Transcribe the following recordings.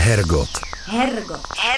Hergot. Hergot.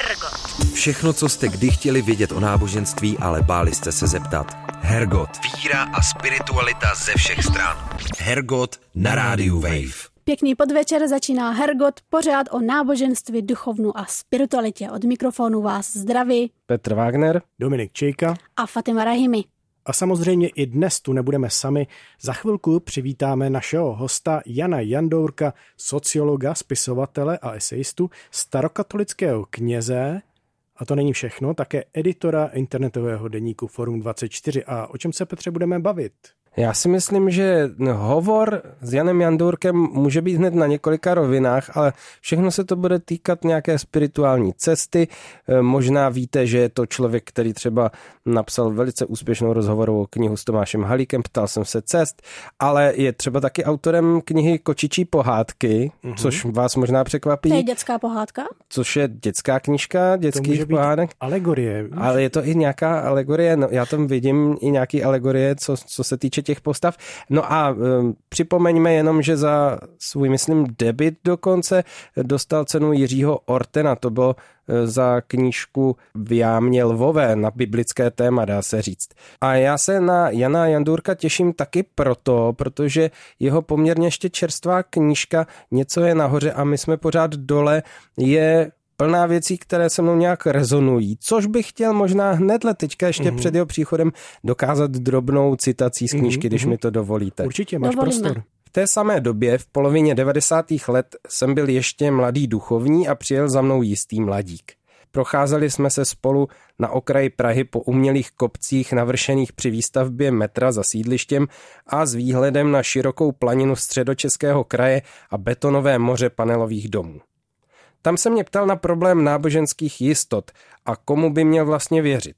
Všechno, co jste kdy chtěli vědět o náboženství, ale báli jste se zeptat. Hergot. Víra a spiritualita ze všech stran. Hergot na rádiu Wave. Pěkný podvečer, začíná Hergot, pořád o náboženství, duchovnu a spiritualitě. Od mikrofonu vás zdraví Petr Wagner, Dominik Čejka a Fatima Rahimi. a samozřejmě i dnes tu nebudeme sami. Za chvilku přivítáme našeho hosta Jana Jandourka, sociologa, spisovatele a esejistu, starokatolického kněze, a to není všechno, také editora internetového deníku Forum 24. A o čem se, Petře, budeme bavit? Já si myslím, že hovor s Janem Jandourkem může být hned na několika rovinách, ale všechno se to bude týkat nějaké spirituální cesty. Možná víte, že je to člověk, který třeba napsal velice úspěšnou rozhovorovou knihu s Tomášem Halíkem, Ptal jsem se cest, ale je třeba taky autorem knihy Kočičí pohádky, což vás možná překvapí. To je dětská pohádka? Což je dětská knížka, dětských pohádek. Alegorie. Víš? Ale je to i nějaká alegorie, no, já tam vidím i nějaký alegorie, co se týče těch postav. No a připomeňme jenom, že za svůj, myslím, debut dokonce dostal cenu Jiřího Ortena. To bylo za knížku V jámě lvové na biblické téma, dá se říct. A já se na Jana Jandourka těším taky protože jeho poměrně ještě čerstvá knížka Něco je nahoře a my jsme pořád dole je plná věcí, které se mnou nějak rezonují, což bych chtěl možná hnedle teďka ještě před jeho příchodem dokázat drobnou citací z knížky, když mi to dovolíte. Určitě, máš prostor. V té samé době, v polovině 90. let, jsem byl ještě mladý duchovní a přijel za mnou jistý mladík. Procházeli jsme se spolu na okraji Prahy po umělých kopcích navršených při výstavbě metra za sídlištěm a s výhledem na širokou planinu Středočeského kraje a betonové moře panelových domů. Tam se mě ptal na problém náboženských jistot a komu by měl vlastně věřit.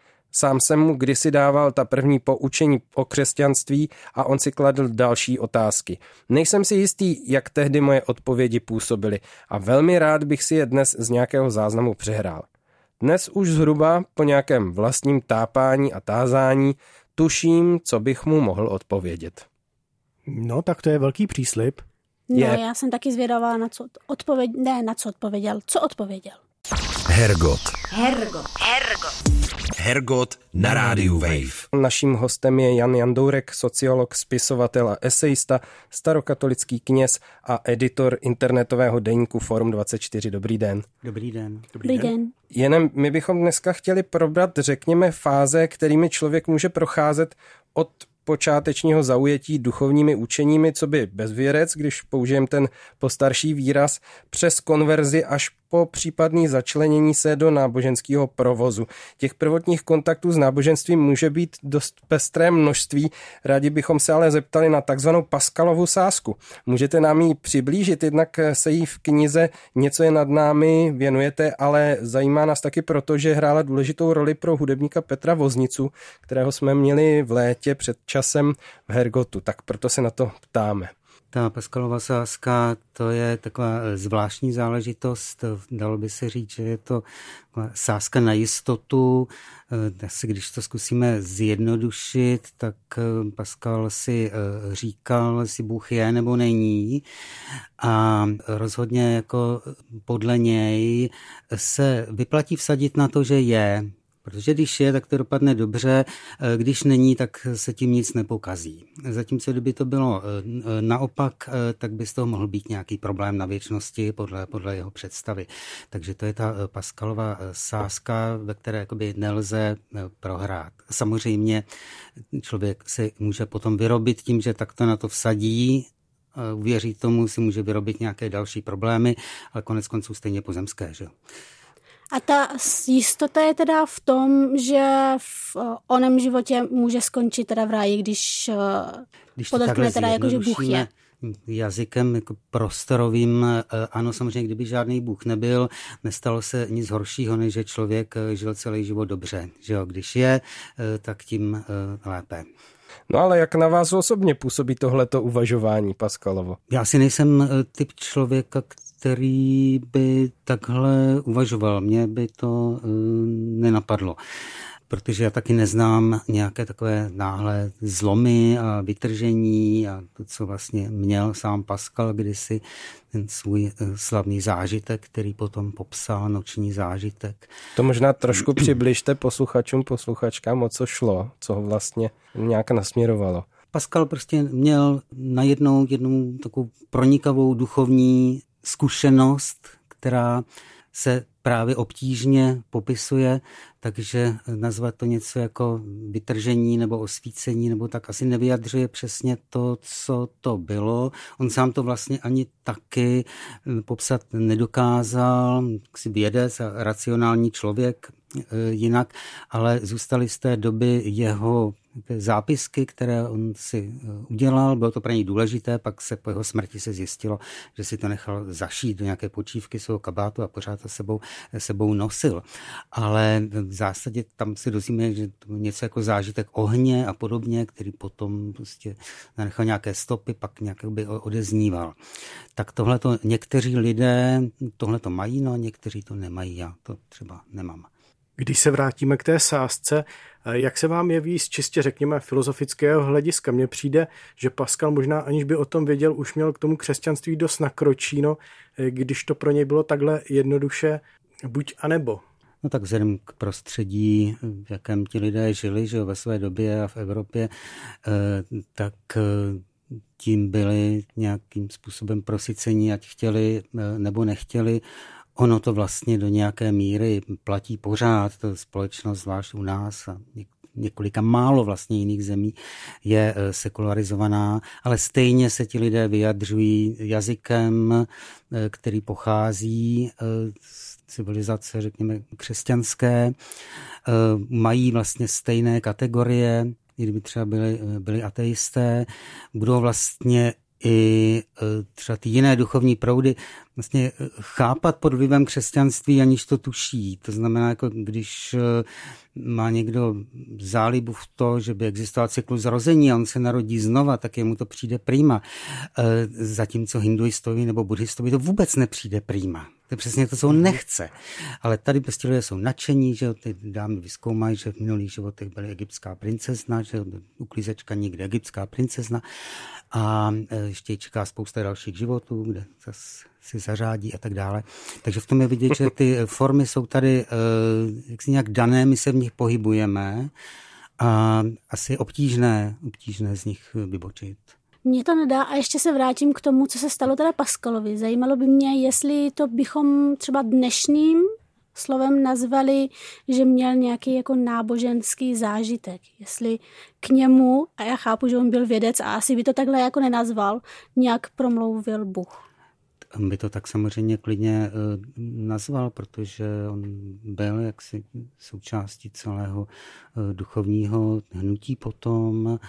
Sám jsem mu kdysi dával ta první poučení o křesťanství a on si kladl další otázky. Nejsem si jistý, jak tehdy moje odpovědi působily a velmi rád bych si je dnes z nějakého záznamu přehrál. Dnes už zhruba po nějakém vlastním tápání a tázání tuším, co bych mu mohl odpovědět. No, tak to je velký příslib. No, já jsem taky zvědavá, co odpověděl. Hergot na rádiu Wave. Naším hostem je Jan Jandourek, sociolog, spisovatel a esejista, starokatolický kněz a editor internetového deníku Forum 24. Dobrý den. Dobrý den. Jenom my bychom dneska chtěli probrat, řekněme, fáze, kterými člověk může procházet od počátečního zaujetí duchovními učeními, co by bezvěrec, když použijem ten postarší výraz, přes konverzi až po případný začlenění se do náboženského provozu. Těch prvotních kontaktů s náboženstvím může být dost pestré množství. Rádi bychom se ale zeptali na takzvanou Paskalovu sázku. Můžete nám ji přiblížit, jednak se jí v knize Něco je nad námi věnujete, ale zajímá nás taky proto, že hrála důležitou roli pro hudebníka Petra Voznicu, kterého jsme měli v létě před časem v Hergotu. Tak proto se na to ptáme. Ta Paskalova sázka, to je taková zvláštní záležitost, dalo by se říct, že je to sázka na jistotu. Asi když to zkusíme zjednodušit, tak Paskal si říkal, jestli Bůh je nebo není, a rozhodně jako podle něj se vyplatí vsadit na to, že je. Protože když je, tak to dopadne dobře, když není, tak se tím nic nepokazí. Zatímco kdyby to bylo naopak, tak by z toho mohl být nějaký problém na věčnosti podle jeho představy. Takže to je ta Paskalova sázka, ve které jakoby nelze prohrát. Samozřejmě člověk si může potom vyrobit tím, že takto na to vsadí, uvěří tomu, si může vyrobit nějaké další problémy, ale konec konců stejně pozemské, že jo. A ta jistota je teda v tom, že v onem životě může skončit teda v ráji, když podotkne teda jako, že Bůh je. Jazykem jako prostorovým, ano, samozřejmě, kdyby žádný Bůh nebyl, nestalo se nic horšího, než že člověk žil celý život dobře. Že jo? Když je, tak tím lépe. No ale jak na vás osobně působí tohleto uvažování, Paskalovo? Já si nejsem typ člověka, který by takhle uvažoval. Mně by to nenapadlo. protože já taky neznám nějaké takové náhlé zlomy a vytržení a to, co vlastně měl sám Pascal kdysi, ten svůj slavný zážitek, který potom popsal, noční zážitek. To možná trošku přibližte posluchačům, posluchačkám, o co šlo, co ho vlastně nějak nasměrovalo. Pascal prostě měl najednou jednu takovou pronikavou duchovní zkušenost, která se právě obtížně popisuje, takže nazvat to něco jako vytržení nebo osvícení, nebo tak asi nevyjadřuje přesně to, co to bylo. On sám to vlastně ani taky popsat nedokázal, vědec a racionální člověk jinak, ale zůstaly z té doby jeho zápisky, které on si udělal, bylo to pro něj důležité, pak se po jeho smrti se zjistilo, že si to nechal zašít do nějaké počívky svého kabátu a pořád to sebou nosil. Ale v zásadě tam si dozvíme, že to něco jako zážitek ohně a podobně, který potom prostě nechal nějaké stopy, pak nějak by odezníval. Tak tohleto někteří lidé tohleto mají, no a někteří to nemají, já to třeba nemám. Když se vrátíme k té sázce, jak se vám jeví z čistě, řekněme, filozofického hlediska? Mně přijde, že Pascal možná, aniž by o tom věděl, už měl k tomu křesťanství dost nakročíno, když to pro něj bylo takhle jednoduše buď a nebo. No tak vzhledem k prostředí, v jakém ti lidé žili, že ve své době a v Evropě, tak tím byli nějakým způsobem prosyceni, ať chtěli nebo nechtěli. Ono to vlastně do nějaké míry platí pořád, ta společnost, zvlášť u nás a několika málo vlastně jiných zemí, je sekularizovaná, ale stejně se ti lidé vyjadřují jazykem, který pochází z civilizace, řekněme, křesťanské, mají vlastně stejné kategorie, i kdyby třeba byli ateisté, budou vlastně i třeba ty jiné duchovní proudy vlastně chápat pod vlivem křesťanství, aniž to tuší. To znamená, jako když má někdo zálibu v to, že by existoval cyklus zrození a on se narodí znova, tak jemu to přijde prima. Zatímco hinduistovi nebo buddhistovi to vůbec nepřijde prima. To je přesně to, co on nechce. Ale tady prostě lidé jsou nadšení, že ty dámy vyzkoumají, že v minulých životech byly egyptská princezna, že uklízečka někde egyptská princezna a ještě čeká spousta dalších životů, kde zase si zařádí a tak dále. Takže v tom je vidět, že ty formy jsou tady jaksi nějak dané, my se v nich pohybujeme a asi obtížné z nich vybočit. Mně to nedá a ještě se vrátím k tomu, co se stalo teda Pascalovi. Zajímalo by mě, jestli to bychom třeba dnešním slovem nazvali, že měl nějaký jako náboženský zážitek. Jestli k němu, a já chápu, že on byl vědec a asi by to takhle jako nenazval, nějak promlouvil Bůh. On by to tak samozřejmě klidně nazval, protože on byl jaksi součástí celého duchovního hnutí potom,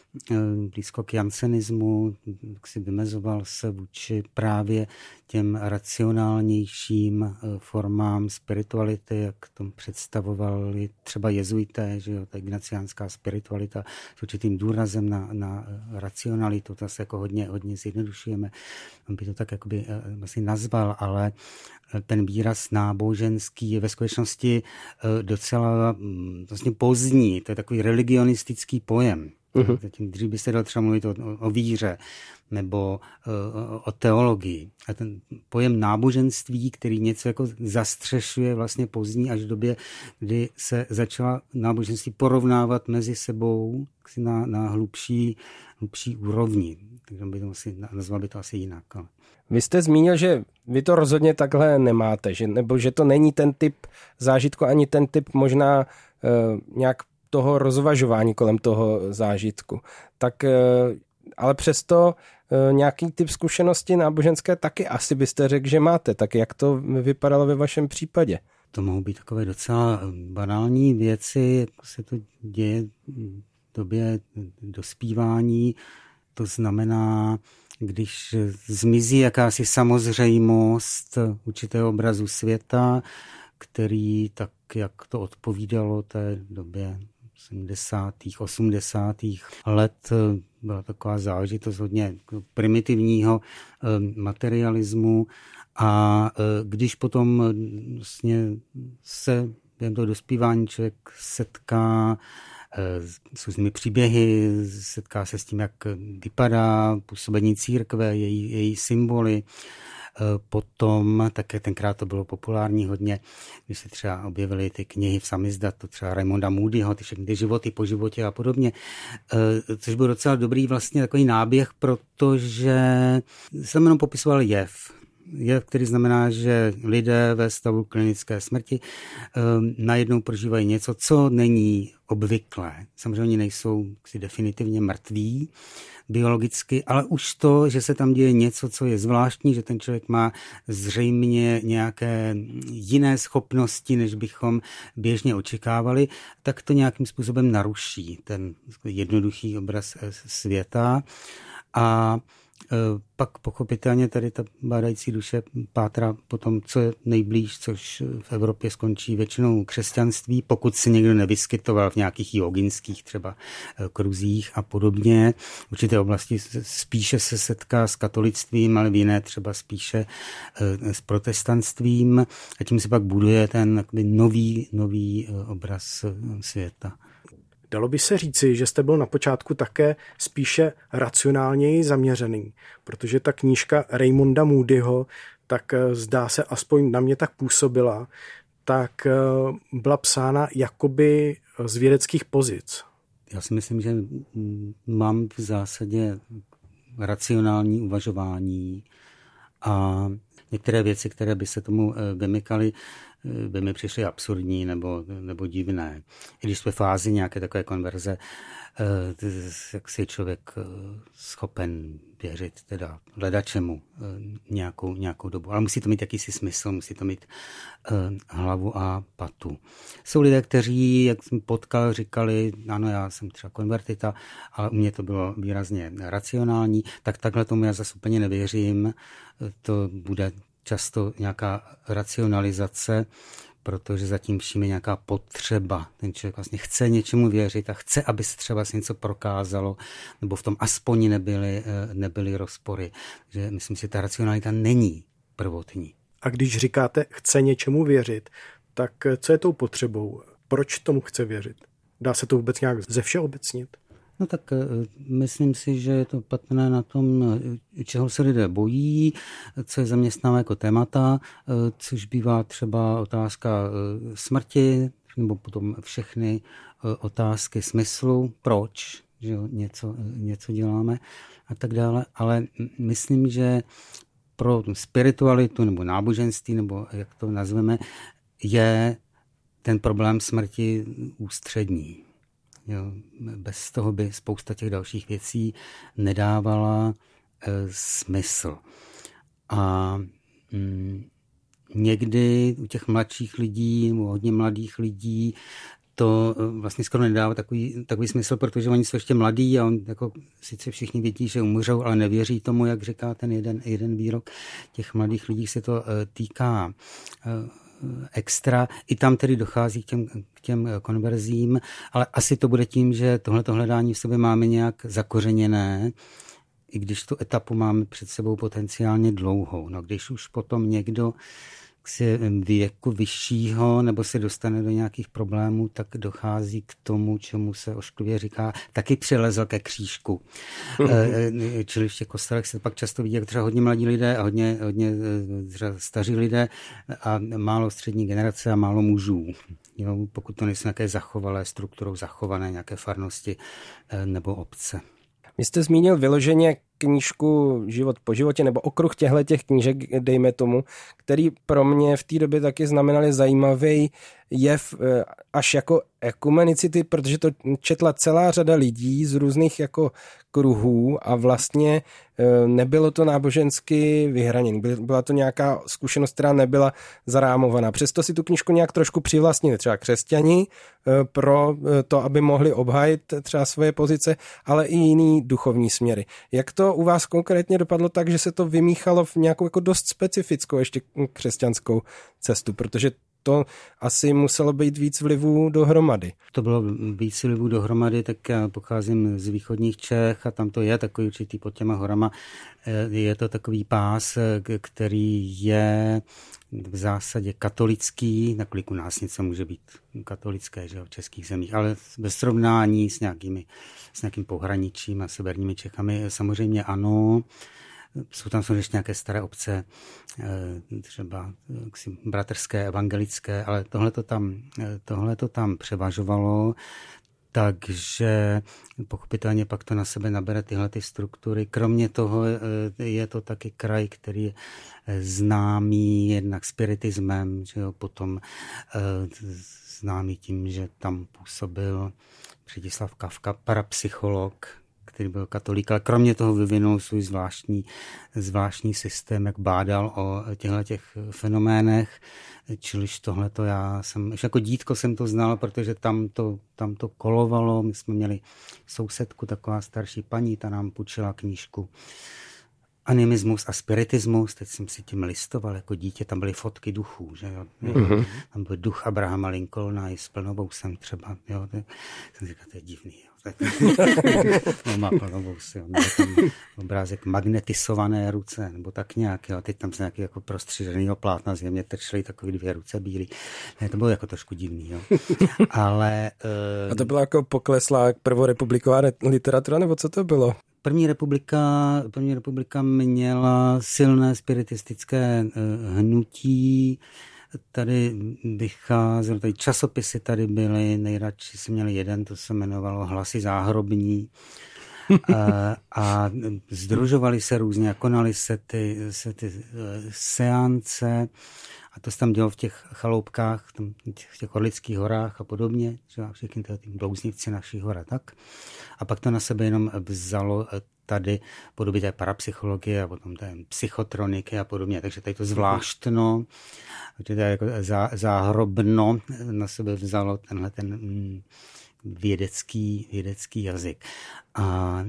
blízko k jansenismu, si vymezoval se vůči právě těm racionálnějším formám spirituality, jak to představovali třeba jezuité, že jo, ta ignaciánská spiritualita s určitým důrazem na racionalitu, to se jako hodně zjednodušujeme. On by to tak jakoby asi nazval, ale ten výraz náboženský je ve skutečnosti docela vlastně pozdní, to je takový religionistický pojem. Zatím dřív by se dal třeba mluvit o víře nebo o teologii. A ten pojem náboženství, který něco jako zastřešuje, vlastně pozdní až v době, kdy se začala náboženství porovnávat mezi sebou na hlubší úrovni. Takže by to nazval by to asi jinak. Ale. Vy jste zmínil, že vy to rozhodně takhle nemáte, nebo že to není ten typ zážitku, ani ten typ možná nějak toho rozvažování kolem toho zážitku. Tak, ale přesto nějaký typ zkušenosti náboženské taky asi byste řekl, že máte. Tak jak to vypadalo ve vašem případě? To mohou být takové docela banální věci, jako se to děje v době dospívání. To znamená, když zmizí jakási samozřejmost určitého obrazu světa, který tak, jak to odpovídalo té době 70. 80. let, byla taková záležitost hodně primitivního materialismu a když potom vlastně se během toho dospívání člověk setká s různými příběhy, setká se s tím, jak vypadá působení církve, její symboly. Potom, také tenkrát to bylo populární hodně, když se třeba objevily ty knihy v samizdatu, třeba Raymonda Moodyho, ty všechny ty životy po životě a podobně, což byl docela dobrý vlastně takový náběh, protože se tam jenom popisoval jev, který znamená, že lidé ve stavu klinické smrti najednou prožívají něco, co není obvyklé. Samozřejmě oni nejsou definitivně mrtví biologicky, ale už to, že se tam děje něco, co je zvláštní, že ten člověk má zřejmě nějaké jiné schopnosti, než bychom běžně očekávali, tak to nějakým způsobem naruší ten jednoduchý obraz světa. A pak pochopitelně tady ta bádající duše pátrá potom, co je nejblíž, což v Evropě skončí většinou křesťanství, pokud se někdo nevyskytoval v nějakých joginských třeba kruzích a podobně. V určité oblasti spíše se setká s katolictvím, ale v jiné třeba spíše s protestantstvím a tím se pak buduje ten nový obraz světa. Dalo by se říci, že jste byl na počátku také spíše racionálněji zaměřený, protože ta knížka Raymonda Moodyho, tak zdá se, aspoň na mě tak působila, tak byla psána jakoby z vědeckých pozic. Já si myslím, že mám v zásadě racionální uvažování a některé věci, které by se tomu vymykaly, by mi přišly absurdní nebo divné. I když jsme v fázi nějaké takové konverze, jak si je člověk schopen věřit teda hledačemu nějakou dobu. Ale musí to mít jakýsi smysl, musí to mít hlavu a patu. Jsou lidé, kteří, jak jsem potkal, říkali, ano, já jsem třeba konvertita, ale u mě to bylo výrazně racionální, tak takhle tomu já zase úplně nevěřím. To bude často nějaká racionalizace, protože zatím vším je nějaká potřeba. Ten člověk vlastně chce něčemu věřit a chce, aby se třeba něco prokázalo, nebo v tom aspoň nebyly rozpory. Takže myslím si, že ta racionalita není prvotní. A když říkáte, chce něčemu věřit, tak co je tou potřebou? Proč tomu chce věřit? Dá se to vůbec nějak ze všeobecnit? No tak myslím si, že je to patrné na tom, čeho se lidé bojí, co je zaměstnává jako témata, což bývá třeba otázka smrti, nebo potom všechny otázky smyslu, proč, že něco děláme a tak dále. Ale myslím, že pro spiritualitu nebo náboženství, nebo jak to nazveme, je ten problém smrti ústřední. Jo, bez toho by spousta těch dalších věcí nedávala smysl. A někdy u těch mladších lidí, nebo hodně mladých lidí, to vlastně skoro nedává takový smysl, protože oni jsou ještě mladí a on jako sice všichni vědí, že umřou, ale nevěří tomu, jak říká ten jeden výrok. Těch mladých lidí se to týká extra. I tam tedy dochází k těm konverzím, ale asi to bude tím, že tohleto hledání v sobě máme nějak zakořeněné, i když tu etapu máme před sebou potenciálně dlouhou. No, když už potom někdo věku vyššího nebo se dostane do nějakých problémů, tak dochází k tomu, čemu se ošklivě říká, taky přilezl ke křížku. Čili v těch kostelech se pak často vidí, jak třeba hodně mladí lidé a hodně staří lidé a málo střední generace a málo mužů. Jo, pokud to nejsou nějaké zachovalé strukturou zachované nějaké farnosti nebo obce. Vy jste zmínil vyloženě knížku Život po životě, nebo okruh těchto knížek, dejme tomu, který pro mě v té době taky znamenaly zajímavý jev až jako ekumenicity, protože to četla celá řada lidí z různých jako kruhů a vlastně nebylo to nábožensky vyhraněné. Byla to nějaká zkušenost, která nebyla zarámovaná. Přesto si tu knížku nějak trošku přivlastnili třeba křesťani pro to, aby mohli obhájit třeba svoje pozice, ale i jiný duchovní směry. Jak to u vás konkrétně dopadlo tak, že se to vymíchalo v nějakou jako dost specifickou ještě křesťanskou cestu, protože to asi muselo být víc vlivů dohromady. To bylo víc vlivů dohromady, tak já pocházím z východních Čech a tam to je takový určitý pod těma horama. Je to takový pás, který je v zásadě katolický, nakolik u nás něco může být katolické, že v českých zemích, ale ve srovnání s nějakým pohraničím a severními Čechami samozřejmě ano. Jsou tam ještě nějaké staré obce, třeba bratrské, evangelické, ale tohle to tam převažovalo, takže pochopitelně pak to na sebe nabere tyhle ty struktury. Kromě toho je to taky kraj, který je známý jednak spiritismem, že jo, potom známý tím, že tam působil Břetislav Kafka, parapsycholog, který byl katolík, ale kromě toho vyvinul svůj zvláštní systém, jak bádal o těch fenoménech. Čiliž tohleto já jsem, už jako dítko jsem to znal, protože tam to kolovalo. My jsme měli sousedku, taková starší paní, ta nám půjčila knížku Animismus a spiritismus, teď jsem si tím listoval jako dítě, tam byly fotky duchů, že jo. Mm-hmm. Tam byl duch Abrahama Lincolna i s plnovousem třeba, jo. Jsem říkal, to je divný, jo. No, má plnovousy, měl tam obrázek magnetisované ruce, nebo tak nějak, jo. Teď tam se nějaký jako prostřiženýho plátna z země trčely takový 2 ruce bílý. Ne, to bylo jako trošku divný, jo. Ale... A to byla jako pokleslá prvorepubliková literatura, nebo co to bylo? První republika měla silné spiritistické hnutí. Tady vycházelo, tady časopisy tady byly, nejradši si měli jeden, to se jmenovalo Hlasy záhrobní. A sdružovali se různě, konaly se ty seance a to se tam dělo v těch chaloupkách, v těch Orlických horách a podobně, že všichni ty blouznivci našich hor a tak. A pak to na sebe jenom vzalo tady podoby té parapsychologie a potom té psychotroniky a podobně. Takže tady to zvláštno, jako záhrobno na sebe vzalo tenhle ten vědecký jazyk. A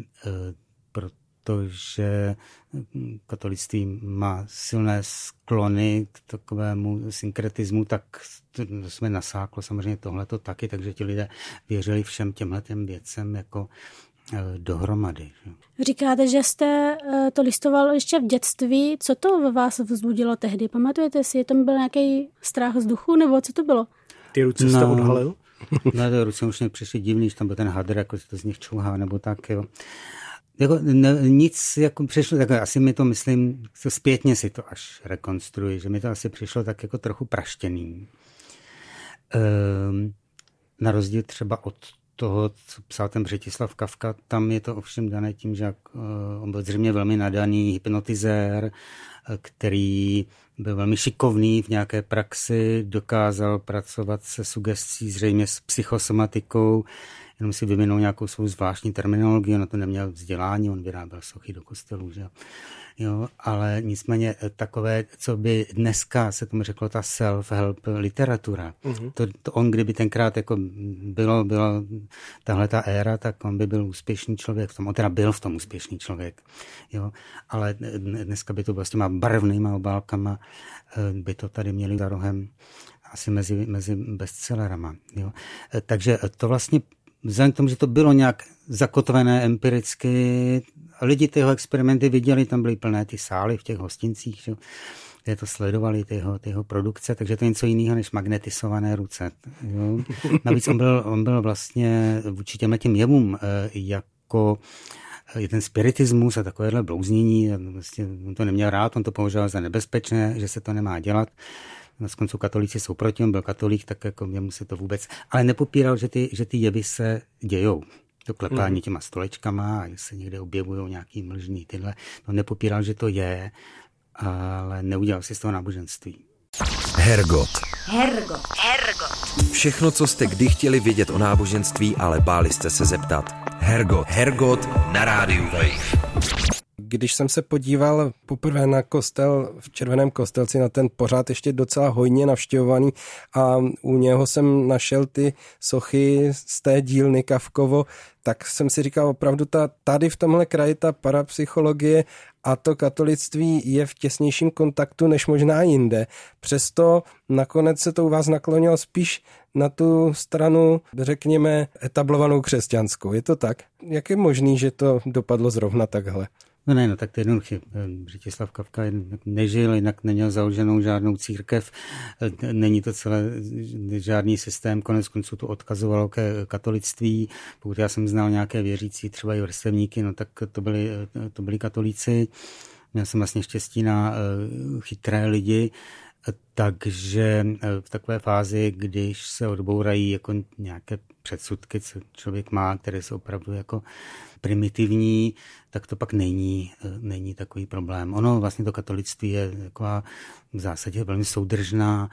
protože katolictví má silné sklony k takovému synkretismu, tak to jsme nasáklo samozřejmě tohleto taky, takže ti lidé věřili všem těmhletěm věcem jako dohromady. Říkáte, že jste to listoval ještě v dětství. Co to ve vás vzbudilo tehdy? Pamatujete si, tam byl nějaký strach z duchu, nebo co to bylo? Ty ruce jste odhalil? Ne, ty ruce už mě přišly divný, že tam byl ten hadr, jako se to z nich čouhá, nebo tak, jo. Jako, nic jako přišlo, tak asi mi to myslím, zpětně si to až rekonstruji, že mi to asi přišlo tak jako trochu praštěný. Na rozdíl třeba od toho, co psal ten Břetislav Kafka, tam je to ovšem dané tím, že on byl zřejmě velmi nadaný hypnotizér, který byl velmi šikovný v nějaké praxi, dokázal pracovat se sugestí, zřejmě s psychosomatikou, jenom si vyvinul nějakou svou zvláštní terminologii, on na to neměl vzdělání, on vyráběl sochy do kostelů, že jo, ale nicméně takové, co by dneska se tomu řeklo ta self-help literatura, to on, kdyby tenkrát jako byla tahle ta éra, tak on by byl úspěšný člověk v tom, on teda byl v tom úspěšný člověk, jo, ale dneska by to bylo s těma barevnýma obálkama, by to tady měli za rohem asi mezi bestsellerama, jo. Takže to vlastně vzhledem k tomu, že to bylo nějak zakotvené empiricky, lidi ty jeho experimenty viděli, tam byly plné ty sály v těch hostincích, že? Kde to sledovali, ty jeho produkce, takže to je něco jiného než magnetisované ruce. Jo? Navíc on byl vlastně vůči těm jevům jako ten spiritismus a takovéhle blouznění, vlastně on to neměl rád, on to považoval za nebezpečné, že se to nemá dělat. Na koncu katolíci jsou proti, on byl katolík, tak jako jemu se to vůbec... Ale nepopíral, že ty jevy se dějou. To klepání těma stolečkama a že se někde objevují nějaký mlžný tyhle. No nepopíral, že to je, ale neudělal si z toho náboženství. Hergot. Všechno, co jste kdy chtěli vědět o náboženství, ale báli jste se zeptat. Hergot na rádiu Wave. když jsem se podíval poprvé na kostel v Červeném Kostelci, na ten pořád ještě docela hojně navštěvovaný a u něho jsem našel ty sochy z té dílny Kafkovo, tak jsem si říkal opravdu tady v tomhle kraji ta parapsychologie a to katolictví je v těsnějším kontaktu než možná jinde. Přesto nakonec se to u vás naklonilo spíš na tu stranu, řekněme, etablovanou křesťanskou. Je to tak? Jak je možný, že to dopadlo zrovna takhle? No tak to je jednoduché. Břetislav Kafka nežil, jinak neměl založenou žádnou církev. Není to celé žádný systém, konec konců to odkazovalo ke katolictví. Pokud já jsem znal nějaké věřící, třeba i vrstevníky, no tak to byli katolíci. Měl jsem vlastně štěstí na chytré lidi, takže v takové fázi, když se odbourají jako nějaké předsudky, co člověk má, které jsou opravdu jako primitivní, tak to pak není takový problém. Ono vlastně to katolictví je taková v zásadě velmi soudržná,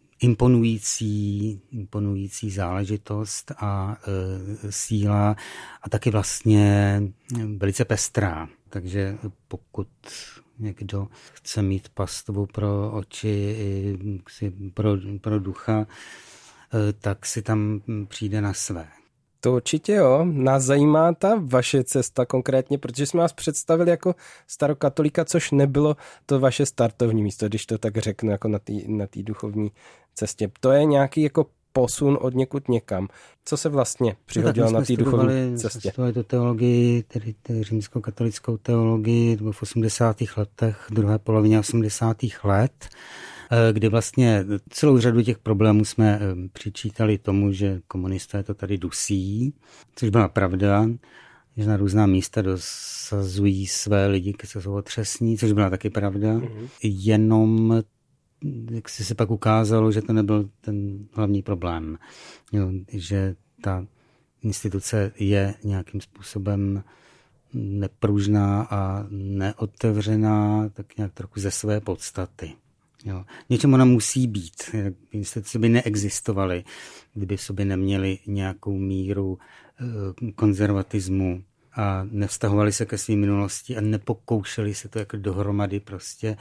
imponující záležitost a síla a taky vlastně velice pestrá. Takže pokud někdo chce mít pastvu pro oči, pro ducha, tak si tam přijde na své. To určitě jo. Nás zajímá ta vaše cesta konkrétně, protože jsme vás představili jako starokatolíka, což nebylo to vaše startovní místo, když to tak řeknu, jako na té duchovní cestě. To je nějaký jako posun od někud někam. Co se vlastně přihodilo na té duchovní cestě? Studovali tu teologii, tedy římskokatolickou teologii v 80. letech, druhé polovině 80. let, kdy vlastně celou řadu těch problémů jsme přičítali tomu, že komunisté to tady dusí, což byla pravda, že na různá místa dosazují své lidi, kteří jsou otřesní, což byla taky pravda. Jenom jak se pak ukázalo, že to nebyl ten hlavní problém. Jo, že ta instituce je nějakým způsobem nepružná a neotevřená, tak nějak trochu ze své podstaty. Jo. Něčem ona musí být. Instituce by neexistovaly, kdyby v sobě neměly nějakou míru konzervatismu a nevztahovali se ke své minulosti a nepokoušeli se to jako dohromady prostě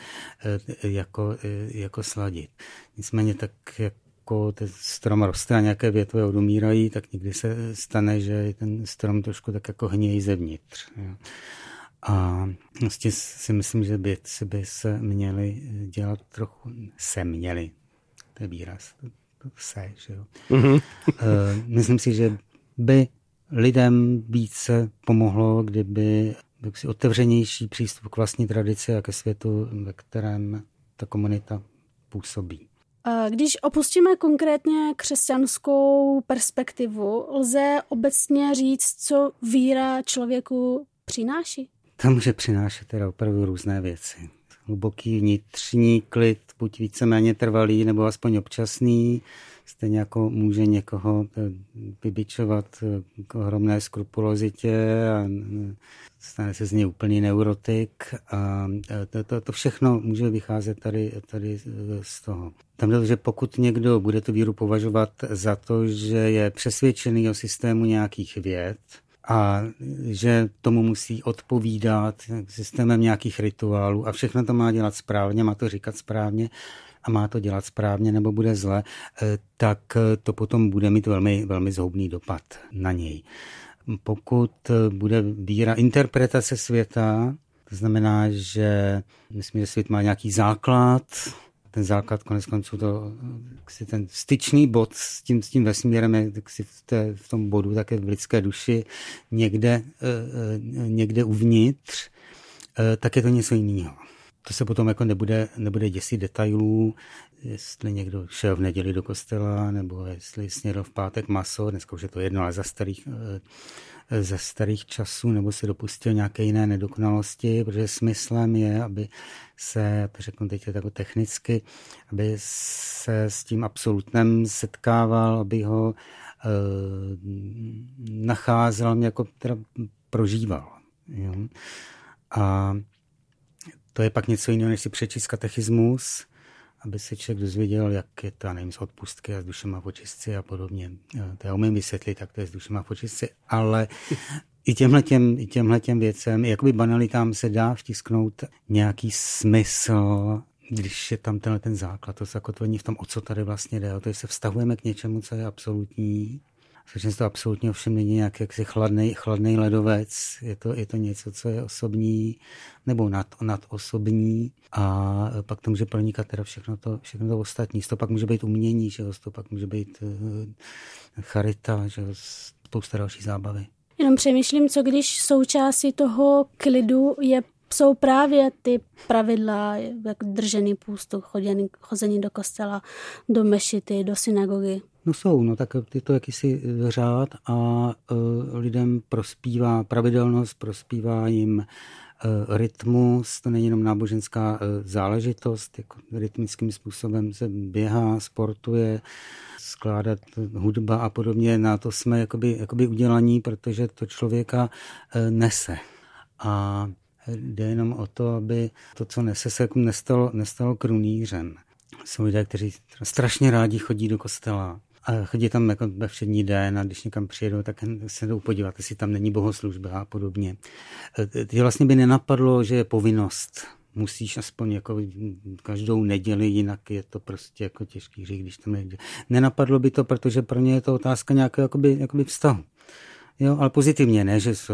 jako sladit. Nicméně tak jako ten strom roste a nějaké větve odumírají, tak někdy se stane, že ten strom trošku tak jako hnějí zevnitř. Jo. A vlastně si myslím, že věci by se měly dělat trochu, to je výraz, to že jo. Mm-hmm. Myslím si, že by lidem více pomohlo, kdyby si otevřenější přístup k vlastní tradici a ke světu, ve kterém ta komunita působí. Když opustíme konkrétně křesťanskou perspektivu, lze obecně říct, co víra člověku přináší? To může přinášet teda opravdu různé věci. Hluboký vnitřní klid, buď víceméně trvalý, nebo aspoň občasný, stejně jako může někoho vybičovat k ohromné skrupulozitě a stane se z něj úplný neurotik a to všechno může vycházet tady z toho. Tam jde, že pokud někdo bude tu víru považovat za to, že je přesvědčený o systému nějakých věd a že tomu musí odpovídat systémem nějakých rituálů a všechno to má dělat správně, má to říkat správně, a má to dělat správně nebo bude zle, tak to potom bude mít velmi, velmi zhoubný dopad na něj. Pokud bude víra interpretace světa, to znamená, že myslím, že svět má nějaký základ, ten základ konec konců ten styčný bod s tím vesmírem je v tom bodu také v lidské duši někde uvnitř, tak je to něco jiného. To se potom jako nebude děsit detailů, jestli někdo šel v neděli do kostela, nebo jestli snědl v pátek maso, dneska už je to jedno, ale za starých časů, nebo se dopustil nějaké jiné nedokonalosti, protože smyslem je, aby se, to řeknu teď jako technicky, aby se s tím absolutnem setkával, aby ho nacházel, jako teda prožíval. Jo? A to je pak něco jiného, než si přečíst katechismus, aby se člověk dozvěděl, jak je to, nevím, z odpustky a s dušema v očistci a podobně. To já umím vysvětlit, tak to je s dušema v očistci, ale i těmhletěm věcem, jakoby banalitám se dá vtisknout nějaký smysl, když je tam ten základ, to zakotvení v tom, o co tady vlastně jde. To je, se vztahujeme k něčemu, co je absolutní. Což to absolutně ovšem není nějaký chladný ledovec. Je to něco, co je osobní nebo nadosobní a pak to může pronikat teda všechno to ostatní. To pak může být umění, že to pak může být charita, že spousta další zábavy. Jenom přemýšlím, co když součástí toho klidu jsou právě ty pravidla, jak držený půstu, chození do kostela, do mešity, do synagogy. No jsou, tak je to jakýsi řád a lidem prospívá pravidelnost, prospívá jim rytmus, to není jenom náboženská záležitost, jako rytmickým způsobem se běhá, sportuje, skládat hudba a podobně, na to jsme jakoby udělaní, protože to člověka nese. A jde jenom o to, aby to, co nese, se nestalo krunýřem. Jsou lidé, kteří strašně rádi chodí do kostela a chodí tam jako ve všední den a když někam přijedou, tak se jdou podívat, jestli tam není bohoslužba a podobně. Ty vlastně by nenapadlo, že je povinnost. Musíš aspoň jako každou neděli, jinak je to prostě jako těžký hřích, když tam nejde. Nenapadlo by to, protože pro ně je to otázka nějakého jakoby vztahu. Jo, ale pozitivně, ne, že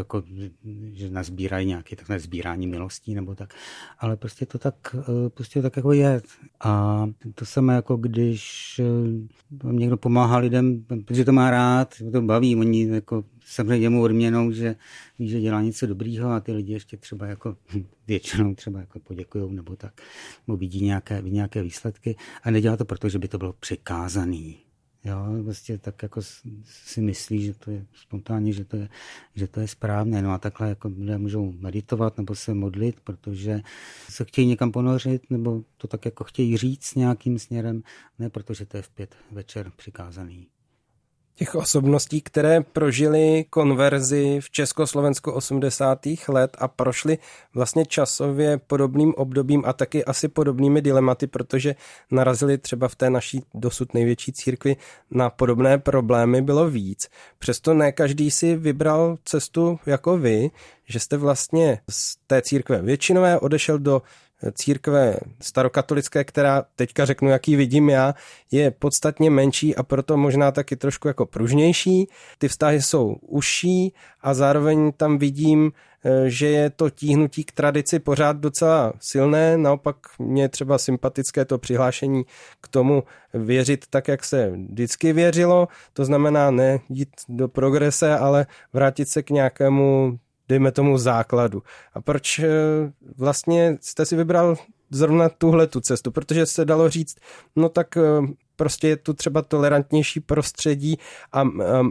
nazbírají nějaké takové sbírání milostí nebo tak, ale prostě to tak jako je. A to samé jako když někdo pomáhá lidem, protože to má rád, to baví, oni jako samozřejmě mu odměnou, že ví, že dělá něco dobrýho a ty lidi ještě třeba jako většinou třeba jako poděkujou nebo tak, nebo vidí nějaké výsledky a nedělá to proto, že by to bylo přikázaný. Jo, vlastně tak jako si myslí, že to je spontánně, že to je správné. No a takhle jako lidé můžou meditovat nebo se modlit, protože se chtějí někam ponořit, nebo to tak jako chtějí říct nějakým směrem, ne protože to je v 5 večer přikázaný. Těch osobností, které prožily konverzi v Československu 80. let a prošly vlastně časově podobným obdobím a taky asi podobnými dilematy, protože narazili třeba v té naší dosud největší církvi na podobné problémy, bylo víc. Přesto ne každý si vybral cestu jako vy, že jste vlastně z té církve většinové odešel do církve starokatolické, která, teďka řeknu, jaký vidím já, je podstatně menší a proto možná taky trošku jako pružnější. Ty vztahy jsou užší a zároveň tam vidím, že je to tíhnutí k tradici pořád docela silné. Naopak mě je třeba sympatické to přihlášení k tomu věřit tak, jak se vždycky věřilo. To znamená ne jít do progrese, ale vrátit se k nějakému, dejme tomu, základu. A proč vlastně jste si vybral zrovna tuhletu cestu? Protože se dalo říct, no tak prostě je tu třeba tolerantnější prostředí a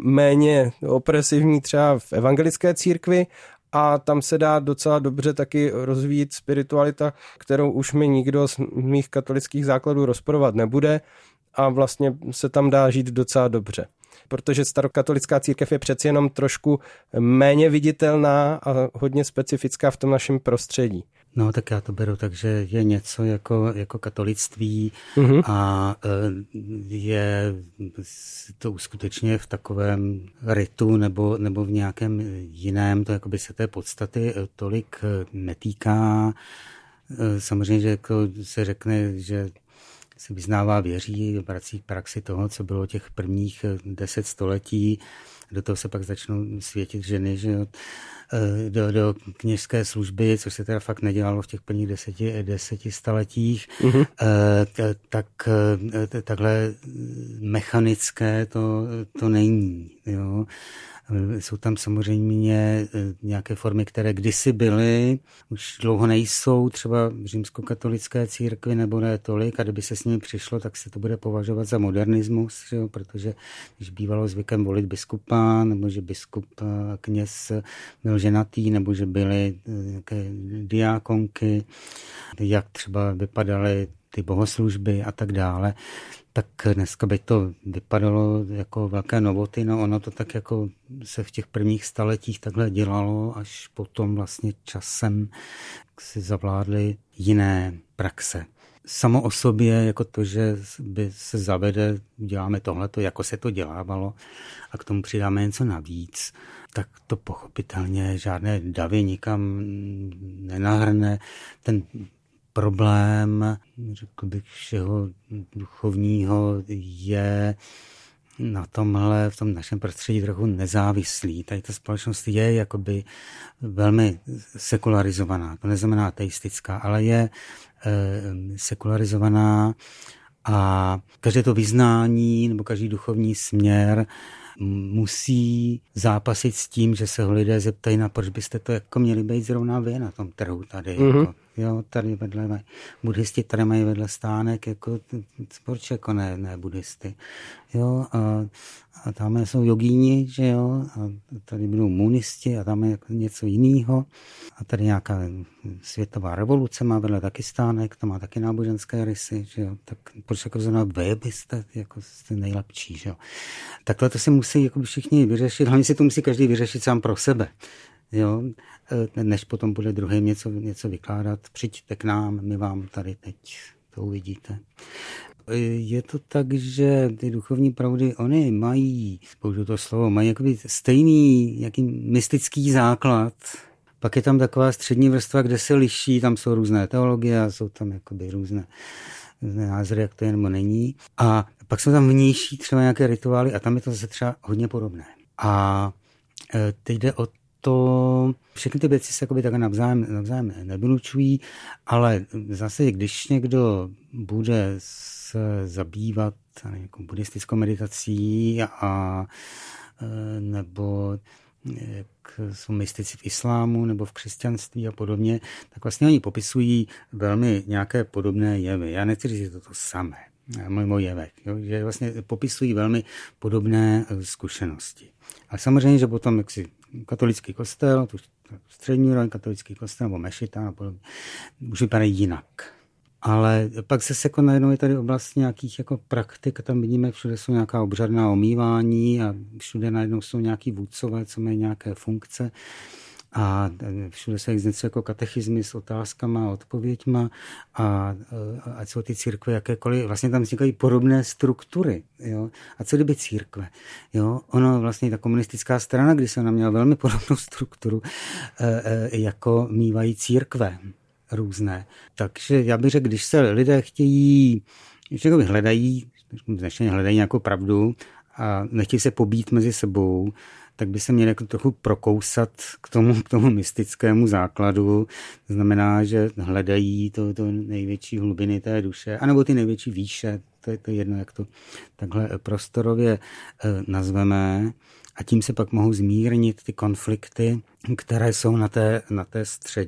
méně opresivní třeba v evangelické církvi a tam se dá docela dobře taky rozvíjet spiritualita, kterou už mi nikdo z mých katolických základů rozporovat nebude a vlastně se tam dá žít docela dobře. Protože starokatolická církev je přeci jenom trošku méně viditelná a hodně specifická v tom našem prostředí. No, tak já to beru, takže je něco jako katolictví a je to uskutečně v takovém ritu nebo v nějakém jiném, to jakoby se té podstaty tolik netýká. Samozřejmě, že jako se řekne, že se vyznává, věří, vrací k praxi toho, co bylo těch prvních 10 století. Do toho se pak začnou světit ženy, že do kněžské služby, což se teda fakt nedělalo v těch prvních 10 staletích, tak takhle mechanické to není. Jo. Jsou tam samozřejmě nějaké formy, které kdysi byly, už dlouho nejsou, třeba v římskokatolické církvi nebo ne tolik, a kdyby se s nimi přišlo, tak se to bude považovat za modernismus, jo? Protože když bývalo zvykem volit biskupa, nebo že biskup kněz byl ženatý, nebo že byly nějaké diákonky, jak třeba vypadaly ty bohoslužby a tak dále, tak dneska by to vypadalo jako velké novoty, no ono to tak jako se v těch prvních staletích takhle dělalo, až potom vlastně časem si zavládly jiné praxe. samo o sobě, jako to, že by se zavede, děláme tohleto, jako se to dělávalo a k tomu přidáme něco navíc, tak to pochopitelně žádné davy nikam nenahrne. Ten problém, řekl bych, všeho duchovního je na tomhle, v tom našem prostředí trochu nezávislý. Tady ta společnost je jakoby velmi sekularizovaná. To neznamená ateistická, ale je sekularizovaná a každé to vyznání nebo každý duchovní směr musí zápasit s tím, že se ho lidé zeptají, na proč byste to jako měli být zrovna vy na tom trhu tady. Jako, jo, tady vedle buddhisti tady mají vedle stánek, jako proč jako ne buddhisty. Jo, a tam jsou jogíni, že jo, a tady budou munisti a tam je jako něco jiného. A tady nějaká světová revoluce má vedle taky stánek, to má taky náboženské rysy, že jo, tak proč jako zrovna vy byste jako jste nejlepší, že jo. Takhle to si musí jako všichni vyřešit, hlavně si to musí každý vyřešit sám pro sebe. Jo, než potom bude druhý něco vykládat. Přijďte k nám, my vám tady teď to uvidíte. Je to tak, že ty duchovní proudy, oni mají, použiju to slovo, mají jakoby stejný jaký mystický základ. Pak je tam taková střední vrstva, kde se liší, tam jsou různé teologie a jsou tam jakoby různé názory, jak to je nebo není. A pak jsou tam vnější třeba nějaké rituály a tam je to zase třeba hodně podobné. A teď jde o to, všechny ty věci se jakoby takhle navzájem nevylučují, ale zase, když někdo bude se zabývat jako buddhistickou meditací a nebo jak jsou mystici v islámu nebo v křesťanství a podobně, tak vlastně oni popisují velmi nějaké podobné jevy. Já nechci říct, že to samé. Můj jevek, jo, že vlastně popisují velmi podobné zkušenosti. A samozřejmě, že potom jaksi katolický kostel, tu střední úroveň katolický kostel nebo mešita a podobně, už vypadají jinak. Ale pak zase jako najednou je tady oblast nějakých jako praktik a tam vidíme, všude jsou nějaká obřadná omývání a všude najednou jsou nějaký vůdcové, co mají nějaké funkce a všude se něco jako katechizmy s otázkama a odpověďma a jsou ty církve jakékoliv, vlastně tam vznikají podobné struktury. Jo? A co kdyby církve? Jo? Ono vlastně ta komunistická strana, když se ona měla velmi podobnou strukturu, jako mívají církve různé. Takže já bych řekl, když se lidé chtějí, hledají nějakou pravdu a nechtějí se pobít mezi sebou, tak by se měli jako trochu prokousat k tomu mystickému základu. To znamená, že hledají to největší hlubiny té duše, anebo ty největší výše, to je jedno, jak to takhle prostorově nazveme. A tím se pak mohou zmírnit ty konflikty, které jsou na té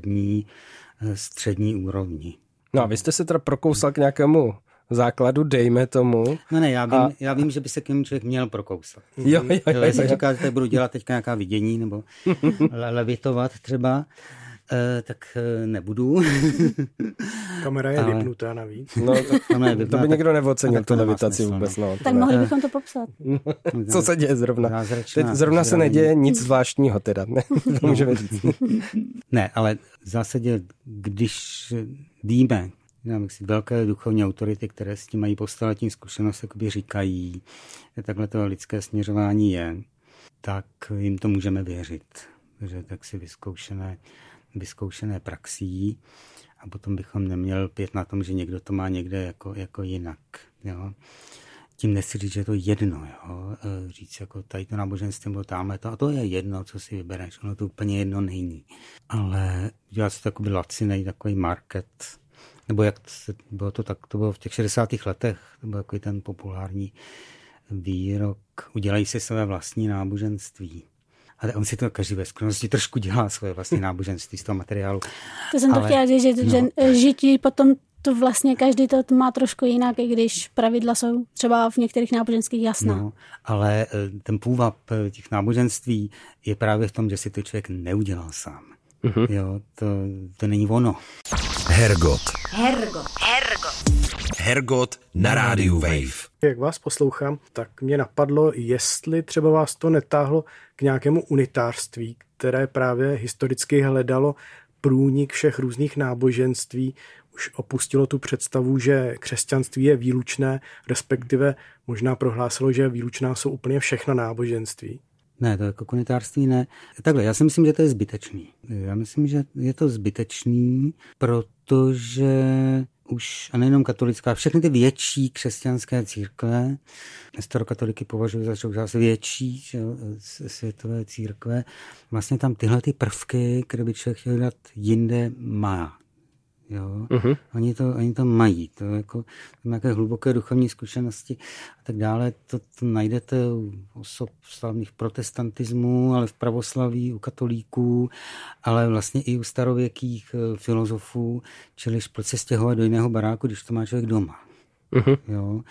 střední úrovni. No a vy jste se teda prokousal k nějakému základu, dejme tomu. No ne, já vím, že by se k němu člověk měl prokousat. Jo. Jestli říká, že budu dělat teďka nějaká vidění, nebo levitovat třeba, tak nebudu. Kamera je vypnutá navíc. No, to by někdo neocenil, tu levitaci vůbec. No, tak mohli bychom to popsat. Co se děje zrovna? Teď zrovna se neděje nic zvláštního teda. To můžeme říct. Ne, ale v zásadě, když víme, velké duchovní autority, které s tím mají po staletí zkušenost, jakoby říkají, že takhle to lidské směřování je, tak jim to můžeme věřit. Že tak si vyzkoušené praxí a potom bychom neměli pět na tom, že někdo to má někde jako jinak. Jo. Tím nechci říct, že je to jedno. Jo. Říct jako tady to náboženství bylo tamhle to a to je jedno, co si vybereš. Ono to úplně jedno není. Ale dělat si takový lacinej, takový market. Nebo jak bylo to, tak to bylo v těch 60. letech. To byl takový ten populární výrok. Udělají si své vlastní náboženství. Ale on si to každý ve skutečnosti trošku dělá svoje vlastní náboženství z toho materiálu. To jsem to chtěla říct, že žití potom to vlastně každý to má trošku jinak, i když pravidla jsou třeba v některých náboženských jasná. No, ale ten půvab těch náboženství je právě v tom, že si to člověk neudělal sám. Mm-hmm. Jo, to není ono. Hergot na rádiu Wave. Jak vás poslouchám, tak mě napadlo, jestli třeba vás to netáhlo k nějakému unitářství, které právě historicky hledalo průnik všech různých náboženství už opustilo tu představu, že křesťanství je výlučné, respektive možná prohlásilo, že výlučná jsou úplně všechna náboženství. Ne, to jako komunitářství ne. Takhle, já si myslím, že to je zbytečný. Já myslím, že je to zbytečný, protože už, a nejenom katolická, všechny ty větší křesťanské církve, starokatoliky považují za část větší světové církve, vlastně tam tyhle ty prvky, které by člověk chtěl dát jinde, má. Jo? Uh-huh. Oni to mají. To jako nějaké hluboké duchovní zkušenosti a tak dále. To najdete u osob slavných protestantismu, ale v pravoslaví, u katolíků, ale vlastně i u starověkých filozofů, čili proč se stěhovat do jiného baráku, když to má člověk doma. Uh-huh. Jo?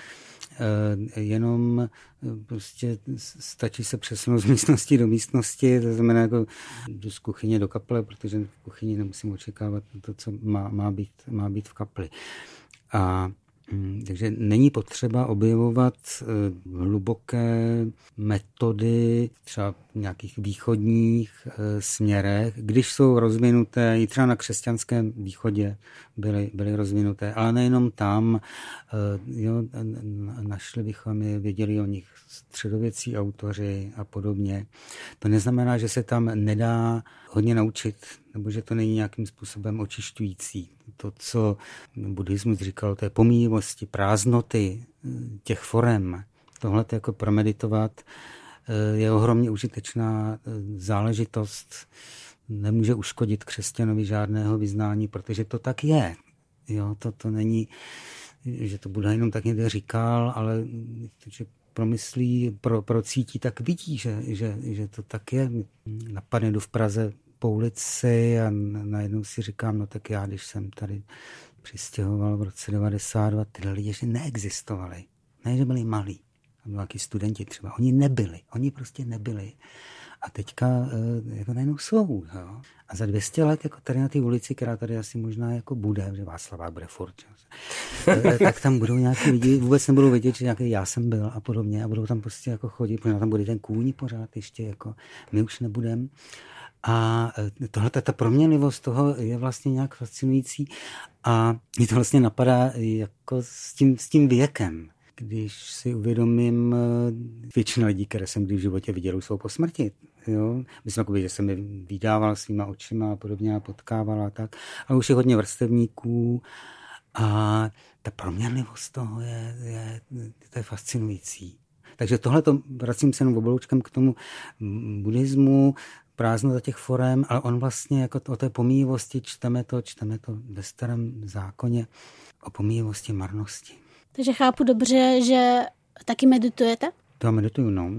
Jenom prostě stačí se přesunout z místnosti do místnosti, to znamená jako z kuchyně do kaple, protože v kuchyni nemusím očekávat to, co má být v kapli. A takže není potřeba objevovat hluboké metody třeba v nějakých východních směrech, když jsou rozvinuté, i třeba na křesťanském východě byly rozvinuté, ale nejenom tam. Jo, našli bychom je, věděli o nich středověcí autoři a podobně. To neznamená, že se tam nedá hodně naučit, nebo že to není nějakým způsobem očišťující. To, co buddhismus říkal, to je pomíjivosti, prázdnoty těch forem. Tohle jako promeditovat je ohromně užitečná záležitost. Nemůže uškodit křesťanovi žádného vyznání, protože to tak je. Jo, to není, že to Buddha jenom tak někde říkal, ale že promyslí, procítí, tak vidí, že to tak je. Napadne jdu v Praze po ulici a najednou si říkám, no tak já, když jsem tady přistěhoval v roce 92, tyhle lidi že neexistovali. Ne, že byli malí. A nějaký studenti třeba. Oni prostě nebyli. A teďka jako najednou jsou. Jo? A za 200 let jako tady na té ulici, která tady asi možná jako bude, že Václavák bude furt, tak tam budou nějaký lidi, vůbec nebudou vědět, že nějaký já jsem byl a podobně a budou tam prostě jako chodit, protože tam bude ten kůň pořád ještě, jako my už nebudem. A tohle, ta proměnlivost toho je vlastně nějak fascinující a mě to vlastně napadá jako s tím věkem. Když si uvědomím, většina lidí, které jsem kdy v životě viděl, už jsou po smrti. Jo? Myslím, že jsem je vydával svýma očima a podobně a potkával a tak. Ale už je hodně vrstevníků a ta proměnlivost toho je fascinující. Takže tohleto, vracím se jenom obloučkem k tomu buddhismu, prázdnota těch forem, ale on vlastně jako o té pomíjivosti čteme to ve starém zákoně o pomíjivosti marnosti. Takže chápu dobře, že taky meditujete? To já medituju, no.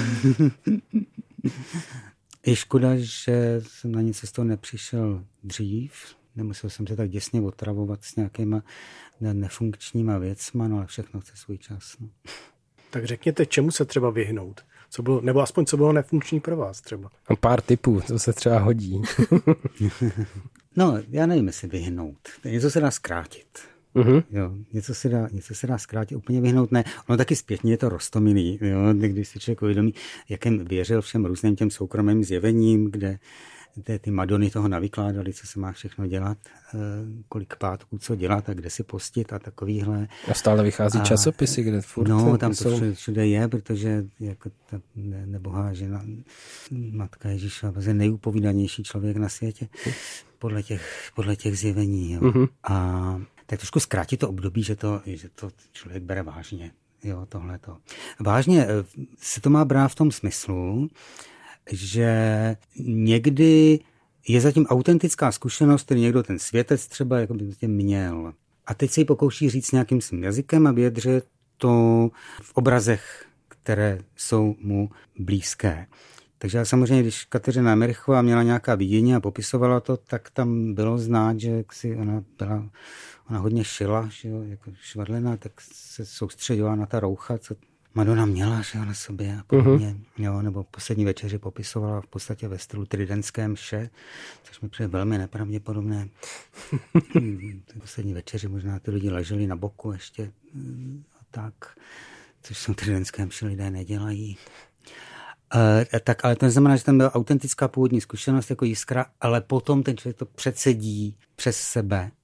Je škoda, že jsem na nic z toho nepřišel dřív. Nemusel jsem se tak děsně otravovat s nějakýma nefunkčníma věcma, no ale všechno chce svůj čas. No. Tak řekněte, čemu se třeba vyhnout? Nebo aspoň co bylo nefunkční pro vás třeba? A pár tipů, co se třeba hodí. No, já nevím, jestli vyhnout. Něco se dá zkrátit. Uh-huh. Jo, něco se dá zkrátit, úplně vyhnout ne. Ono taky zpětně je to roztomilý, jo, když si člověk uvědomí, jakým věřil všem různým těm soukromým zjevením, kde ty Madony toho navykládali, co se má všechno dělat, kolik pátků co dělat a kde si postit a takovýhle. A stále vychází časopisy, kde furt no, tam to všude je, protože jako ta nebohá žena, matka Ježíšova, je nejupovídanější člověk na světě podle těch zjevení. Jo. Uh-huh. A tak trošku zkrátit to období, že to člověk bere vážně. Jo, tohleto. Vážně se to má brát v tom smyslu, že někdy je zatím autentická zkušenost, který někdo ten světec třeba jako by měl. A teď se ji pokouší říct nějakým svým jazykem a vyjadřit to v obrazech, které jsou mu blízké. Takže samozřejmě, když Kateřina Emerichová měla nějaká vidění a popisovala to, tak tam bylo znát, že ona hodně šila, že jo, jako švadlena, tak se soustředila na ta roucha, co Madonna měla, že jo, na sobě a podobně. Uh-huh. Jo, nebo poslední večeři popisovala v podstatě ve stylu tridentské mše, což mi přijde velmi nepravděpodobné. Poslední večeři možná ty lidi leželi na boku ještě a tak, což jsou tridentské mše lidé nedělají. Tak, ale to neznamená, že tam byla autentická původní zkušenost jako jiskra, ale potom ten člověk to předsedí přes sebe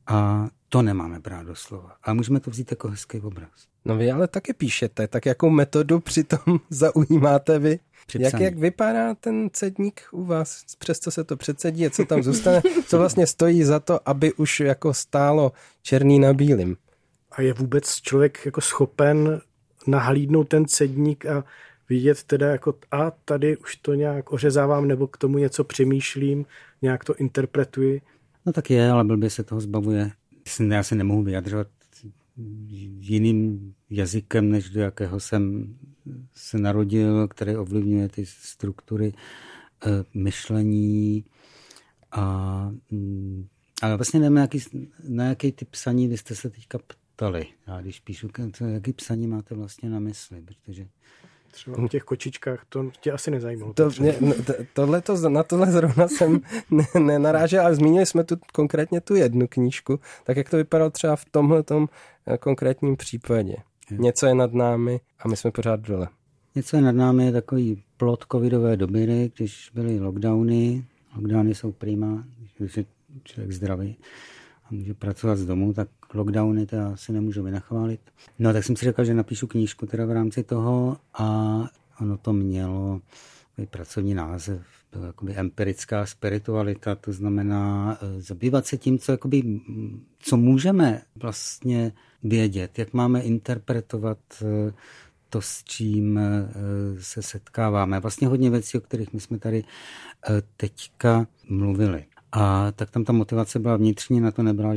A to nemáme brát do slova. A můžeme to vzít jako hezký obraz. No vy ale taky píšete, tak jakou metodu přitom zaujímáte vy? Jak vypadá ten cedník u vás? Přesto se to předsedí a co tam zůstane? Co vlastně stojí za to, aby už jako stálo černý na bílým? A je vůbec člověk jako schopen nahlídnout ten cedník a vidět teda jako a tady už to nějak ořezávám nebo k tomu něco přemýšlím, nějak to interpretuji? No tak je, ale blbě se toho zbavuje. Já se nemohu vyjadřovat jiným jazykem, než do jakého jsem se narodil, který ovlivňuje ty struktury myšlení. Ale vlastně nevím, na jaký typ psaní vy jste se teďka ptali. Já když píšu, jaký psaní máte vlastně na mysli, protože... Třeba o těch kočičkách, to tě asi nezajímalo. Na tohle zrovna jsem nenarážel, ale zmínili jsme tu konkrétně tu jednu knížku, tak jak to vypadalo třeba v tomhletom konkrétním případě. Něco je nad námi a my jsme pořád dole. Něco je nad námi je takový plod covidové doby, když byly lockdowny. Lockdowny jsou prima, když je člověk zdravý a může pracovat z domu, tak lockdowny to asi nemůžu vynachválit. No tak jsem si řekl, že napíšu knížku teda v rámci toho a ono to mělo pracovní název, byla jakoby empirická spiritualita, to znamená zabývat se tím, co můžeme vlastně vědět, jak máme interpretovat to, s čím se setkáváme. Vlastně hodně věcí, o kterých my jsme tady teďka mluvili. A tak tam ta motivace byla vnitřní, na to nebyla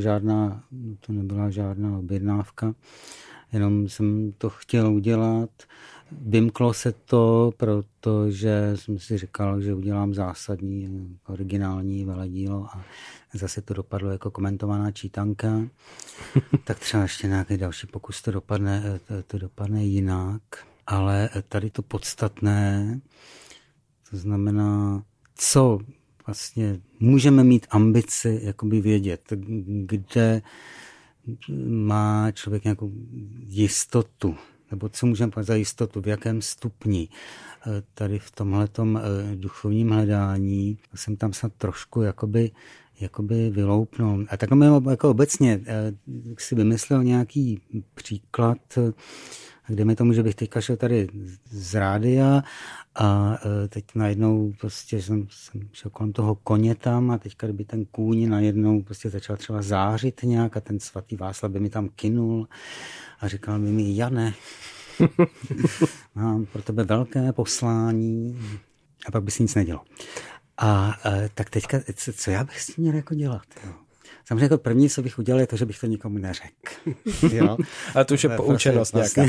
žádná objednávka, jenom jsem to chtěl udělat. Vymklo se to, protože jsem si říkal, že udělám zásadní, originální veledílo a zase to dopadlo jako komentovaná čítanka. Tak třeba ještě nějaký další pokus to dopadne jinak. Ale tady to podstatné, to znamená, co vlastně můžeme mít ambici jakoby vědět, kde má člověk nějakou jistotu, nebo co můžeme za jistotu, v jakém stupni. Tady v tomhletom duchovním hledání jsem tam snad trošku jakoby vyloupnul. A tak jako obecně si vymyslel nějaký příklad, kde mi tomu, že bych teďka šel tady z rádia a teď najednou prostě jsem šel kolem toho koně tam a teďka kdyby ten kůň najednou prostě začal třeba zářit nějak a ten svatý Václav by mi tam kynul a říkal by mi, Jane, mám pro tebe velké poslání a pak by si nic nedělo. A tak teďka, co já bych s tím měl jako dělat? Jo? Samozřejmě jako první, co bych udělal, je to, že bych to nikomu neřekl. A to už je poučenost nějaká.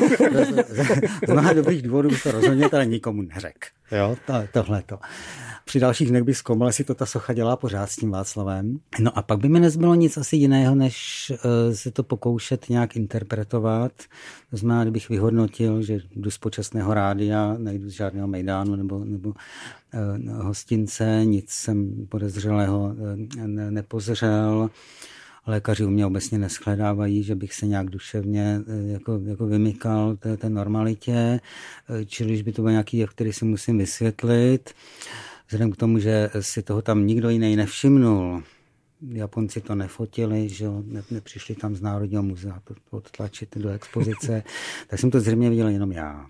Z mnoha dobrých důvodů bych to rozhodně ale nikomu neřekl. Jo, tohleto. Při dalších dnech bych zkoumal, jestli to ta socha dělá pořád s tím Václavem. No a pak by mi nezbylo nic asi jiného, než se to pokoušet nějak interpretovat. To znamená, kdybych vyhodnotil, že jdu z počasného rádia, nejdu z žádného mejdánu nebo hostince, nic jsem podezřelého nepozřel. Lékaři u mě obecně neschledávají, že bych se nějak duševně jako vymykal té normalitě, čili by to byl nějaký jev, který si musím vysvětlit. Vzhledem k tomu, že si toho tam nikdo jiný nevšimnul, Japonci to nefotili, že nepřišli tam z Národního muzea to odtlačit do expozice, tak jsem to zřejmě viděl jenom já.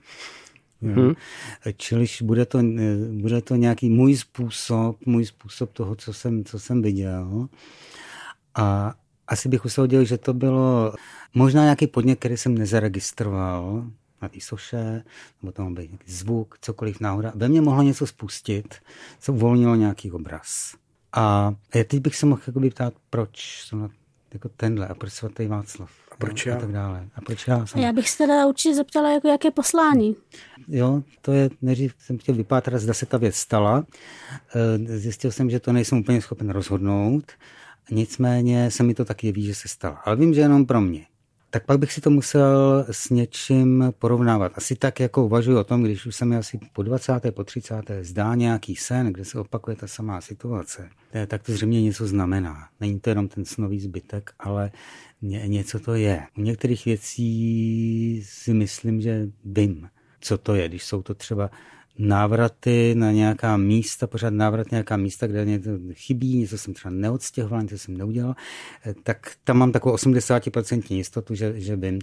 Čiliž bude to nějaký můj způsob toho, co jsem viděl. A asi bych usoudil, že to bylo možná nějaký podnět, který jsem nezaregistroval na té soše, nebo tam byl nějaký zvuk, cokoliv náhoda. Ve mně mohlo něco spustit, co uvolnilo nějaký obraz. A teď bych se mohl ptát, proč jsem jako tenhle a proč svatý Václav a proč já? A tak dále. A proč já? A já bych se teda určitě zeptala, jaké poslání. Jo, to je, nejdřív jsem chtěl vypátrat, zda se ta věc stala. Zjistil jsem, že to nejsem úplně schopen rozhodnout. Nicméně se mi to tak jeví, že se stalo. Ale vím, že jenom pro mě. Tak pak bych si to musel s něčím porovnávat. Asi tak, jako uvažuji o tom, když už se mi asi po 20. po 30. zdá nějaký sen, kde se opakuje ta samá situace, tak to zřejmě něco znamená. Není to jenom ten snový zbytek, ale něco to je. U některých věcí si myslím, že vím, co to je, když jsou to třeba návraty na nějaká místa, pořád návrat na nějaká místa, kde něco chybí, něco jsem třeba neodstěhoval, něco jsem neudělal, tak tam mám takovou 80% jistotu, že vím,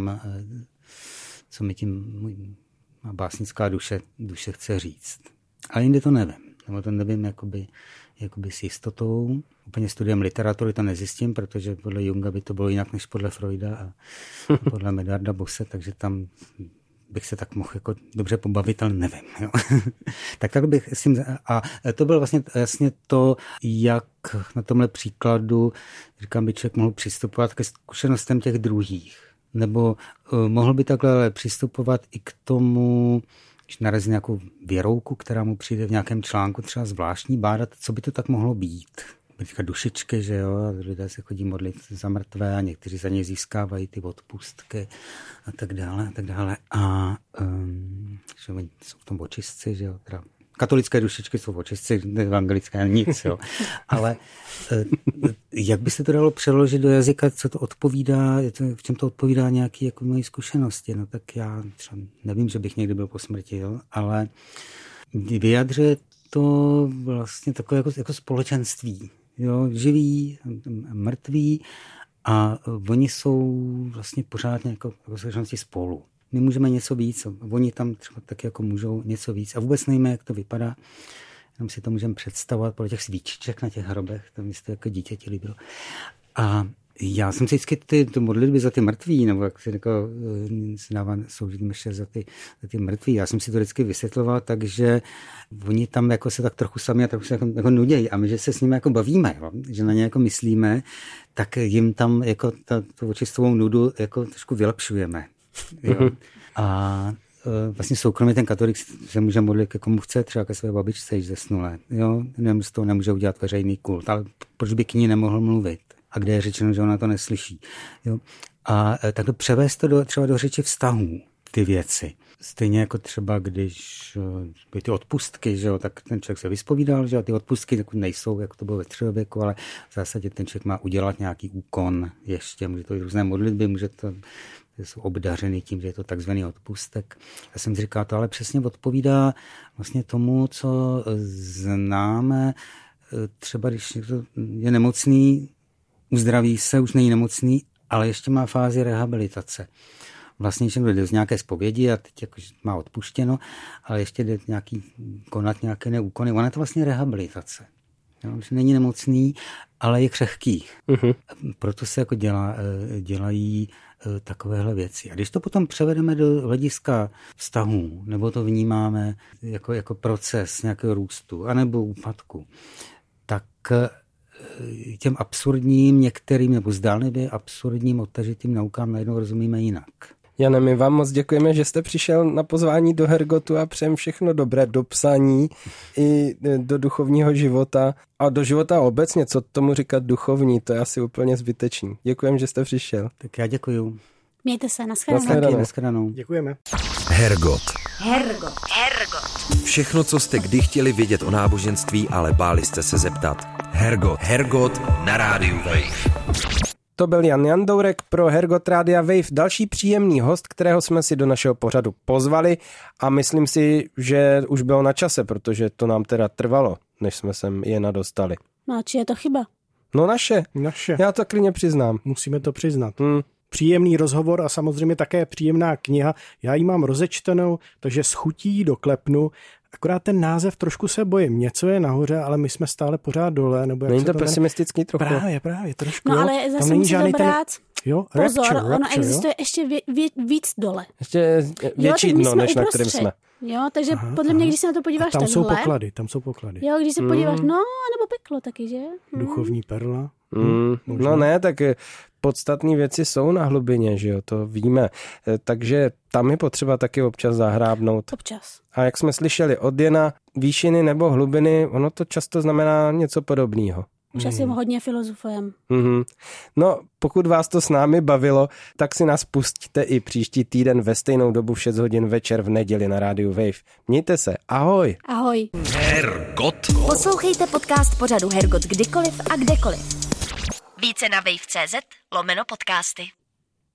co mi tím má básnická duše chce říct. Ale jindy to nevím. Nebo to nevím jakoby s jistotou. Úplně studiem literatury to nezjistím, protože podle Junga by to bylo jinak než podle Freuda a podle Medarda Bose, takže tam bych se tak mohl jako dobře pobavit, ale nevím. Jo. tak bych s tím... A to bylo vlastně jasně to, jak na tomhle příkladu, říkám, by člověk mohl přistupovat ke zkušenostem těch druhých. Nebo mohl by takhle přistupovat i k tomu, když narazí nějakou věrouku, která mu přijde v nějakém článku třeba zvláštní, bádat, co by to tak mohlo být. Říká dušičky, že jo, a lidé se chodí modlit za mrtvé a někteří za ně získávají ty odpustky a tak dále a tak dále. A že jsou v tom očistci, že jo, teda katolické dušičky jsou očistci, evangelické nic, jo. Ale jak by se to dalo přeložit do jazyka, co to odpovídá, v čem to odpovídá nějaké jako moje zkušenosti, no tak já třeba nevím, že bych někdy byl po smrti, jo, ale vyjadřuje to vlastně takové jako společenství, jo, živí, mrtví a oni jsou vlastně pořád jako společenství spolu. My můžeme něco víc, oni tam třeba taky jako můžou něco víc a vůbec nevíme, jak to vypadá. Jenom si to můžeme představovat podle těch svíčiček na těch hrobech, to mi se to jako dítěti líbilo. A já jsem si vždycky ty modlitby za ty mrtví, nebo jak se jako se dává soužit myště za ty mrtví, já jsem si to vždycky vysvětloval, takže oni tam jako se tak trochu sami a trochu se jako nudějí a my, že se s nimi jako bavíme, jo? Že na ně jako myslíme, tak jim tam jako tu očistovou nudu jako trošku vylepšujeme. Jo? A vlastně soukromě ten katolik se může modlit ke komu chce, třeba ke své babičce již zesnulé. Jo? Z toho nemůže udělat veřejný kult, ale proč by k ní nemohl mluvit? A kde je řečeno, že ona to neslyší. Jo? A takhle převést to třeba do řeči vztahů, ty věci. Stejně jako třeba, když byly ty odpustky, že jo, tak ten člověk se vyspovídal, že jo, ty odpustky tak nejsou, jako to bylo ve středověku, ale v zásadě ten člověk má udělat nějaký úkon ještě, může to být různé modlitby, může to jsou obdařeny tím, že je to takzvaný odpustek. Já jsem si říkal, to ale přesně odpovídá vlastně tomu, co známe, třeba když někdo je nemocný, uzdraví se, už není nemocný, ale ještě má fázi rehabilitace. Vlastně někdo jde z nějaké zpovědi a teď jako má odpuštěno, ale ještě jde konat nějaké neúkony. Ona je to vlastně rehabilitace. Jo, že není nemocný, ale je křehký. Uh-huh. Proto se jako dělají takovéhle věci. A když to potom převedeme do hlediska vztahů, nebo to vnímáme jako proces nějakého růstu, anebo úpadku, tak těm absurdním některým nebo zdánlivě absurdním odtažitým naukám najednou rozumíme jinak. Jane, my vám moc děkujeme, že jste přišel na pozvání do Hergotu a přejem všechno dobré do psaní i do duchovního života a do života obecně, co tomu říkat duchovní, to je asi úplně zbytečný. Děkujeme, že jste přišel. Tak já děkuju. Mějte se, nashledanou. Nashledanou. Děkujeme. Hergot. Hergot. Všechno, co jste kdy chtěli vědět o náboženství, ale báli jste se zeptat. Hergot na rádiu Wave. To byl Jan Jandourek pro Hergot Rádia Wave, další příjemný host, kterého jsme si do našeho pořadu pozvali a myslím si, že už bylo na čase, protože to nám teda trvalo, než jsme sem Jana dostali. No a či je to chyba? No naše. Já to klidně přiznám. Musíme to přiznat. Příjemný rozhovor a samozřejmě také příjemná kniha. Já ji mám rozečtenou, takže s chutí doklepnu. Akorát ten název trošku se bojím. Něco je nahoře, ale my jsme stále pořád dole. Nebo jak není to pesimistický trochu? Právě, trošku. No ale zase musí to brát. Jo, pozor, rapture, ono existuje ještě víc dole. Ještě větší dno, než na kterém jsme. Jo, takže podle mě, když se na to podíváš takhle. Tam jsou poklady. Jo, když se podíváš, nebo peklo taky, že? Duchovní perla. No ne, tak podstatné věci jsou na hlubině, že jo, to víme. Takže tam je potřeba taky občas zahrábnout. Občas. A jak jsme slyšeli od Jana, výšiny nebo hlubiny, ono to často znamená něco podobného. Už asi hodně filozofujem. No, pokud vás to s námi bavilo, tak si nás pustíte i příští týden ve stejnou dobu v 6 hodin večer v neděli na rádiu Wave. Mějte se, ahoj. Ahoj. Hergot. Poslouchejte podcast pořadu Hergot kdykoliv a kdekoliv. Více na wave.cz/podcasty.